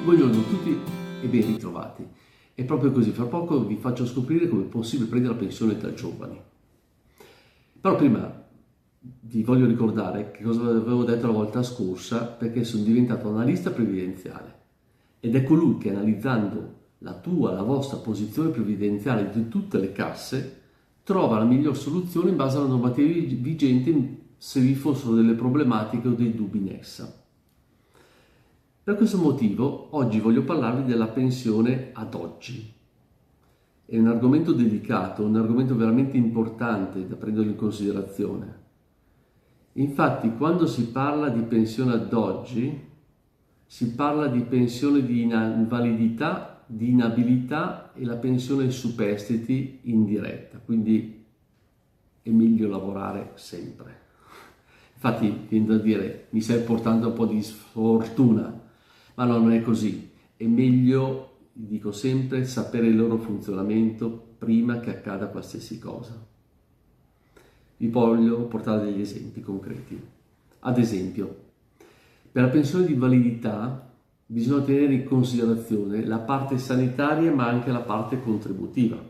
Buongiorno a tutti e ben ritrovati. È proprio così, fra poco vi faccio scoprire come è possibile prendere la pensione da giovani. Però prima vi voglio ricordare che cosa avevo detto la volta scorsa, perché sono diventato analista previdenziale ed è colui che, analizzando la vostra posizione previdenziale di tutte le casse, trova la miglior soluzione in base alla normativa vigente se vi fossero delle problematiche o dei dubbi in essa. Per questo motivo oggi voglio parlarvi della pensione ad oggi. È un argomento delicato, un argomento veramente importante da prendere in considerazione. Infatti, quando si parla di pensione ad oggi, si parla di pensione di invalidità, di inabilità e la pensione superstiti indiretta, quindi è meglio lavorare sempre. Infatti, viene da dire, mi stai portando un po' di sfortuna. Ma no, non è così. È meglio, dico sempre, sapere il loro funzionamento prima che accada qualsiasi cosa. Vi voglio portare degli esempi concreti. Ad esempio, per la pensione di invalidità bisogna tenere in considerazione la parte sanitaria ma anche la parte contributiva.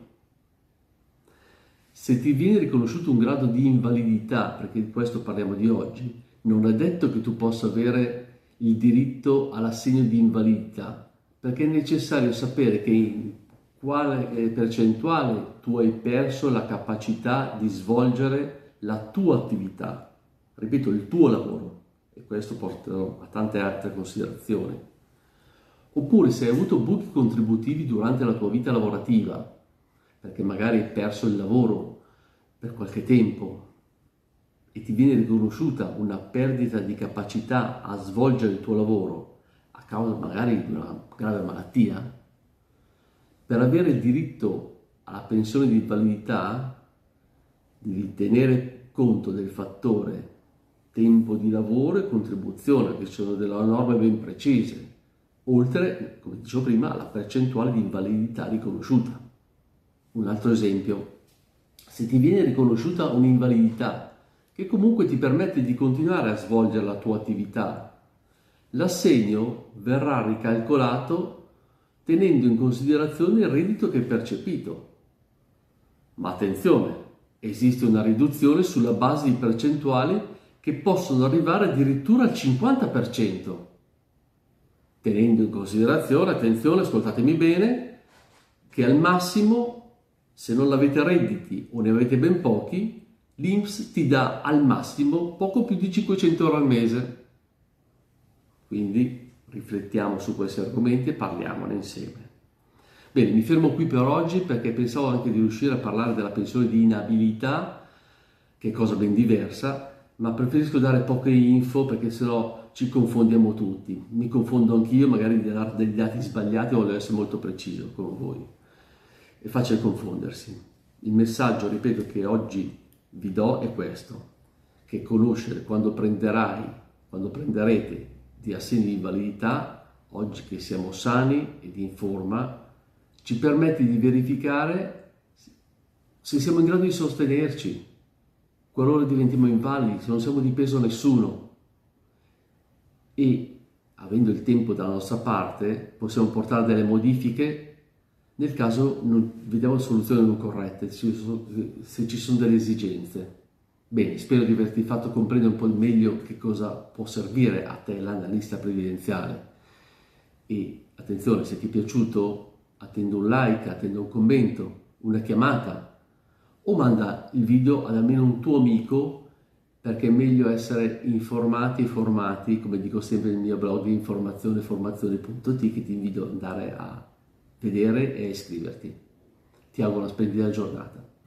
Se ti viene riconosciuto un grado di invalidità, perché di questo parliamo di oggi, non è detto che tu possa avere il diritto all'assegno di invalidità, perché è necessario sapere che in quale percentuale tu hai perso la capacità di svolgere la tua attività, ripeto, il tuo lavoro, e questo porterò a tante altre considerazioni. Oppure se hai avuto buchi contributivi durante la tua vita lavorativa, perché magari hai perso il lavoro per qualche tempo, e ti viene riconosciuta una perdita di capacità a svolgere il tuo lavoro a causa magari di una grave malattia, per avere il diritto alla pensione di invalidità devi tenere conto del fattore tempo di lavoro e contribuzione, che sono delle norme ben precise, oltre, come dicevo prima, alla percentuale di invalidità riconosciuta. Un altro esempio: se ti viene riconosciuta un'invalidità che comunque ti permette di continuare a svolgere la tua attività, l'assegno verrà ricalcolato tenendo in considerazione il reddito che hai percepito. Ma attenzione, esiste una riduzione sulla base di percentuali che possono arrivare addirittura al 50%. Tenendo in considerazione, attenzione, ascoltatemi bene, che al massimo, se non avete redditi o ne avete ben pochi, l'INPS ti dà al massimo poco più di 500 euro al mese. Quindi riflettiamo su questi argomenti e parliamone insieme. Bene, mi fermo qui per oggi perché pensavo anche di riuscire a parlare della pensione di inabilità, che è cosa ben diversa, ma preferisco dare poche info perché sennò ci confondiamo tutti. Mi confondo anch'io, magari di dare degli dati sbagliati, voglio essere molto preciso con voi. È facile confondersi. Il messaggio, ripeto, che oggi vi do è questo: che conoscere quando prenderete di assegni di invalidità, oggi che siamo sani ed in forma, ci permette di verificare se siamo in grado di sostenerci qualora diventiamo invalidi, se non siamo di peso a nessuno, e avendo il tempo dalla nostra parte possiamo portare delle modifiche nel caso non vediamo soluzioni non corrette, se ci sono delle esigenze. Bene, spero di averti fatto comprendere un po' meglio che cosa può servire a te l'analista previdenziale. E attenzione, se ti è piaciuto, attendo un like, attendo un commento, una chiamata, o manda il video ad almeno un tuo amico, perché è meglio essere informati e formati, come dico sempre nel mio blog informazione.it, che ti invito ad andare a vedere e a iscriverti. Ti auguro una splendida giornata.